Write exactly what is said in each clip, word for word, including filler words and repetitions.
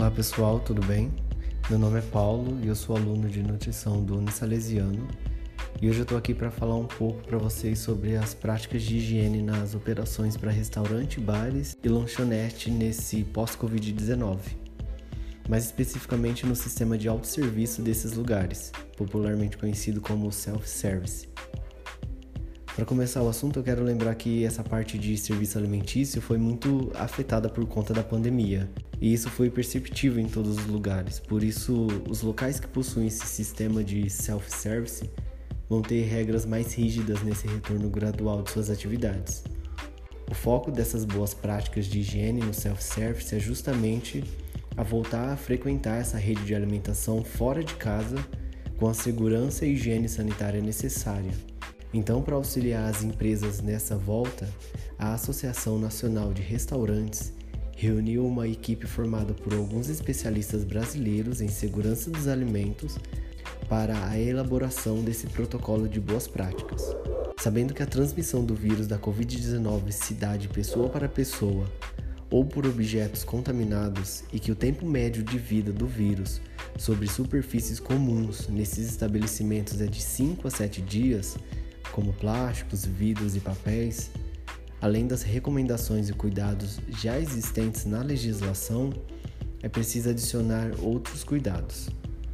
Olá pessoal, tudo bem? Meu nome é Paulo e eu sou aluno de nutrição do Unisalesiano e hoje eu estou aqui para falar um pouco para vocês sobre as práticas de higiene nas operações para restaurante, bares e lanchonete nesse pós-covid dezenove, mais especificamente no sistema de autosserviço desses lugares, popularmente conhecido como self-service. Para começar o assunto, eu quero lembrar que essa parte de serviço alimentício foi muito afetada por conta da pandemia, e isso foi perceptível em todos os lugares. Por isso, os locais que possuem esse sistema de self-service vão ter regras mais rígidas nesse retorno gradual de suas atividades. O foco dessas boas práticas de higiene no self-service é justamente a voltar a frequentar essa rede de alimentação fora de casa com a segurança e higiene sanitária necessária. Então, para auxiliar as empresas nessa volta, a Associação Nacional de Restaurantes reuniu uma equipe formada por alguns especialistas brasileiros em segurança dos alimentos para a elaboração desse protocolo de boas práticas. Sabendo que a transmissão do vírus da covid dezenove se dá de pessoa para pessoa ou por objetos contaminados e que o tempo médio de vida do vírus sobre superfícies comuns nesses estabelecimentos é de cinco a sete dias, como plásticos, vidros e papéis, além das recomendações e cuidados já existentes na legislação, é preciso adicionar outros cuidados.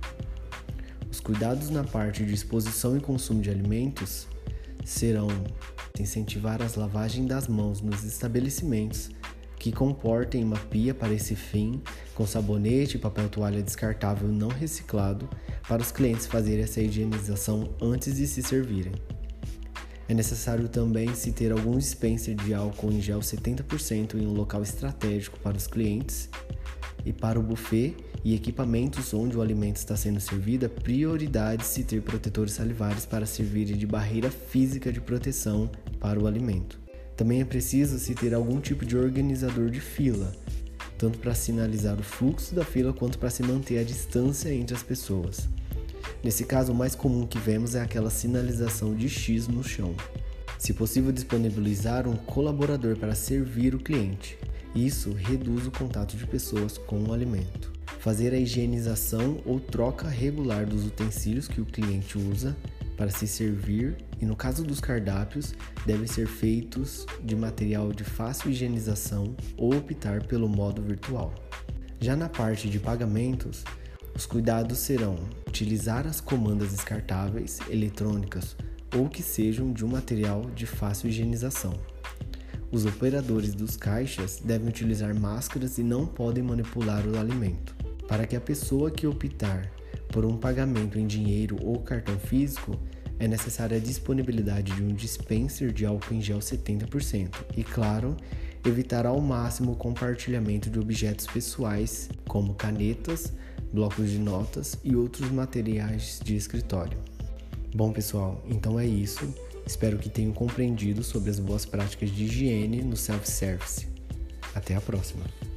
Os cuidados na parte de exposição e consumo de alimentos serão incentivar as lavagens das mãos nos estabelecimentos que comportem uma pia para esse fim, com sabonete e papel toalha descartável não reciclado, para os clientes fazerem essa higienização antes de se servirem. É necessário também se ter algum dispenser de álcool em gel setenta por cento em um local estratégico para os clientes, e para o buffet e equipamentos onde o alimento está sendo servido, é prioridade se ter protetores salivares para servirem de barreira física de proteção para o alimento. Também é preciso se ter algum tipo de organizador de fila, tanto para sinalizar o fluxo da fila quanto para se manter a distância entre as pessoas. Nesse caso, o mais comum que vemos é aquela sinalização de X no chão. Se possível, disponibilizar um colaborador para servir o cliente. Isso reduz o contato de pessoas com o alimento. Fazer a higienização ou troca regular dos utensílios que o cliente usa para se servir e, no caso dos cardápios, devem ser feitos de material de fácil higienização ou optar pelo modo virtual. Já na parte de pagamentos, os cuidados serão utilizar as comandas descartáveis, eletrônicas ou que sejam de um material de fácil higienização. Os operadores dos caixas devem utilizar máscaras e não podem manipular o alimento. Para que a pessoa que optar por um pagamento em dinheiro ou cartão físico, é necessária a disponibilidade de um dispenser de álcool em gel setenta por cento e, claro, evitar ao máximo o compartilhamento de objetos pessoais, como canetas, blocos de notas e outros materiais de escritório. Bom pessoal, então é isso. Espero que tenham compreendido sobre as boas práticas de higiene no self-service. Até a próxima!